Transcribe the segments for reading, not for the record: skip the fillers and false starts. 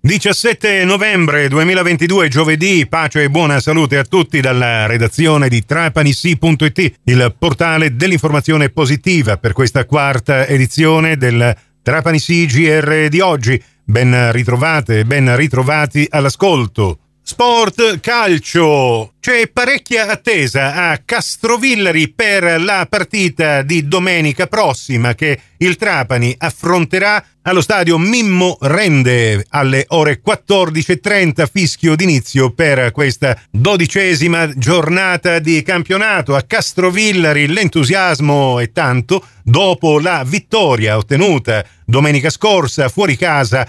17 novembre 2022, giovedì, pace e buona salute a tutti dalla redazione di TrapaniSì.it, il portale dell'informazione positiva per questa quarta edizione del Trapani GR di oggi. Ben ritrovate e ben ritrovati all'ascolto. Sport calcio. C'è parecchia attesa a Castrovillari per la partita di domenica prossima che il Trapani affronterà allo stadio Mimmo Rende alle ore 14:30, fischio d'inizio per questa 12ª giornata di campionato. A Castrovillari l'entusiasmo è tanto dopo la vittoria ottenuta domenica scorsa fuori casa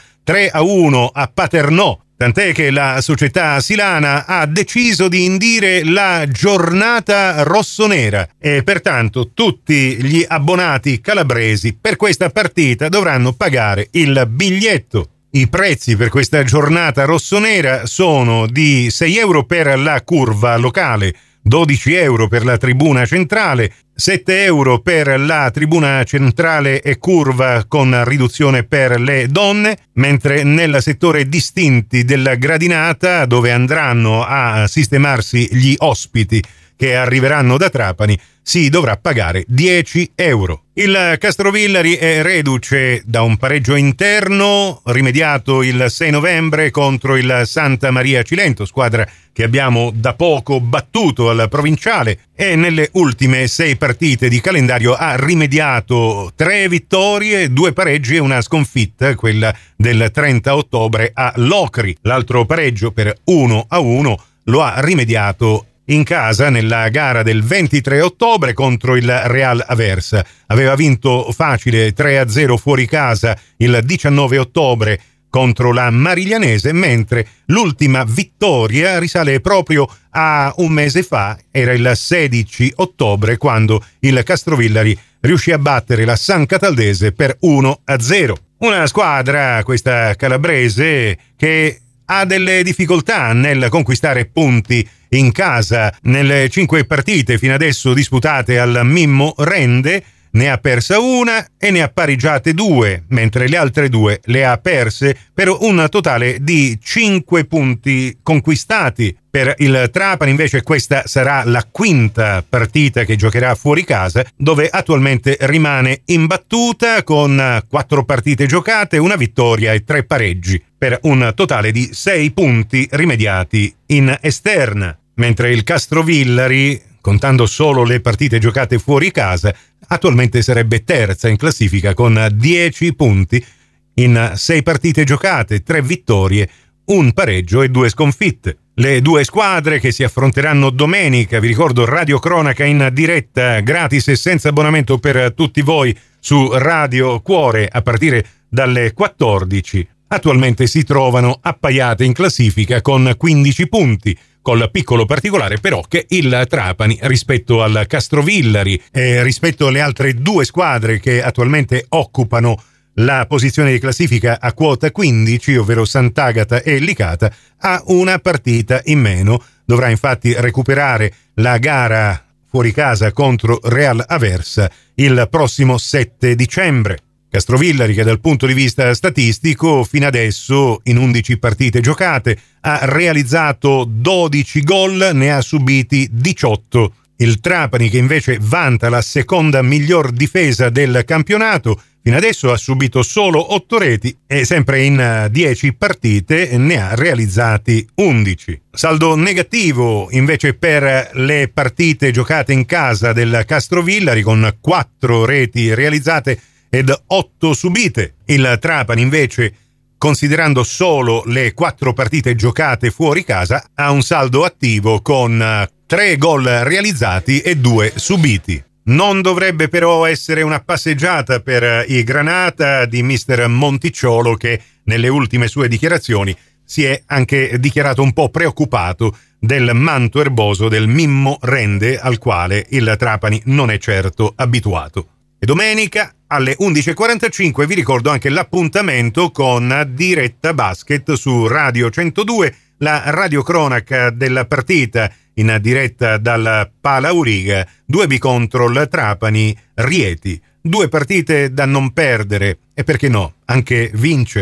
3-1 a Paternò. Tant'è che la società silana ha deciso di indire la giornata rossonera e pertanto tutti gli abbonati calabresi per questa partita dovranno pagare il biglietto. I prezzi per questa giornata rossonera sono di 6 euro per la curva locale, 12 euro per la tribuna centrale, 7 euro per la tribuna centrale e curva con riduzione per le donne, mentre nel settore distinti della gradinata, dove andranno a sistemarsi gli ospiti che arriveranno da Trapani, si dovrà pagare 10 euro. Il Castrovillari è reduce da un pareggio interno rimediato il 6 novembre contro il Santa Maria Cilento, squadra che abbiamo da poco battuto al provinciale, e nelle ultime 6 partite di calendario ha rimediato 3 vittorie, 2 pareggi e una sconfitta, quella del 30 ottobre a Locri. L'altro pareggio per 1-1 lo ha rimediato in casa nella gara del 23 ottobre contro il Real Aversa. Aveva vinto facile 3-0 fuori casa il 19 ottobre contro la Mariglianese, mentre l'ultima vittoria risale proprio a un mese fa, era il 16 ottobre, quando il Castrovillari riuscì a battere la San Cataldese per 1-0. Una squadra, questa calabrese, che ha delle difficoltà nel conquistare punti in casa. Nelle 5 partite fino adesso disputate al Mimmo Rende ne ha persa una e ne ha pareggiate 2, mentre le altre 2 le ha perse, per un totale di 5 punti conquistati. Per il Trapani invece questa sarà la quinta partita che giocherà fuori casa, dove attualmente rimane imbattuta con 4 partite giocate, una vittoria e 3 pareggi, per un totale di 6 punti rimediati in esterna. Mentre il Castrovillari, contando solo le partite giocate fuori casa, attualmente sarebbe terza in classifica con 10 punti in 6 partite giocate, 3 vittorie, un pareggio e 2 sconfitte. Le 2 squadre che si affronteranno domenica, vi ricordo Radio Cronaca in diretta gratis e senza abbonamento per tutti voi su Radio Cuore a partire dalle 14, attualmente si trovano appaiate in classifica con 15 punti, col piccolo particolare però che il Trapani rispetto al Castrovillari e rispetto alle altre 2 squadre che attualmente occupano la posizione di classifica a quota 15, ovvero Sant'Agata e Licata, ha una partita in meno. Dovrà infatti recuperare la gara fuori casa contro Real Aversa il prossimo 7 dicembre. Castrovillari, che dal punto di vista statistico fino adesso in 11 partite giocate ha realizzato 12 gol, ne ha subiti 18. Il Trapani, che invece vanta la seconda miglior difesa del campionato, fino adesso ha subito solo 8 reti e sempre in 10 partite ne ha realizzati 11. Saldo negativo invece per le partite giocate in casa del Castrovillari, con 4 reti realizzate ed 8 subite. Il Trapani invece, considerando solo le 4 partite giocate fuori casa, ha un saldo attivo con 3 gol realizzati e 2 subiti. Non dovrebbe però essere una passeggiata per i Granata di mister Monticciolo, che nelle ultime sue dichiarazioni si è anche dichiarato un po' preoccupato del manto erboso del Mimmo Rende, al quale il Trapani non è certo abituato. E domenica alle 11:45 vi ricordo anche l'appuntamento con Diretta Basket su Radio 102, la radiocronaca della partita in diretta dal Pala Auriga, 2B contro il Trapani Rieti. 2 partite da non perdere e, perché no, anche vincere.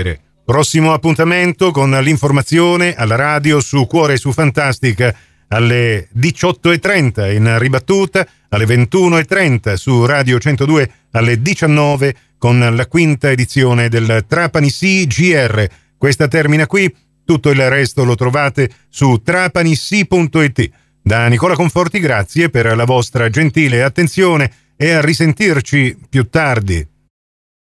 Prossimo appuntamento con l'informazione alla radio su Cuore e su Fantastica alle 18.30, in ribattuta alle 21.30 su Radio 102 alle 19 con la quinta edizione del Trapani CGR. Questa termina qui, tutto il resto lo trovate su trapanisi.it. Da Nicola Conforti grazie per la vostra gentile attenzione e a risentirci più tardi.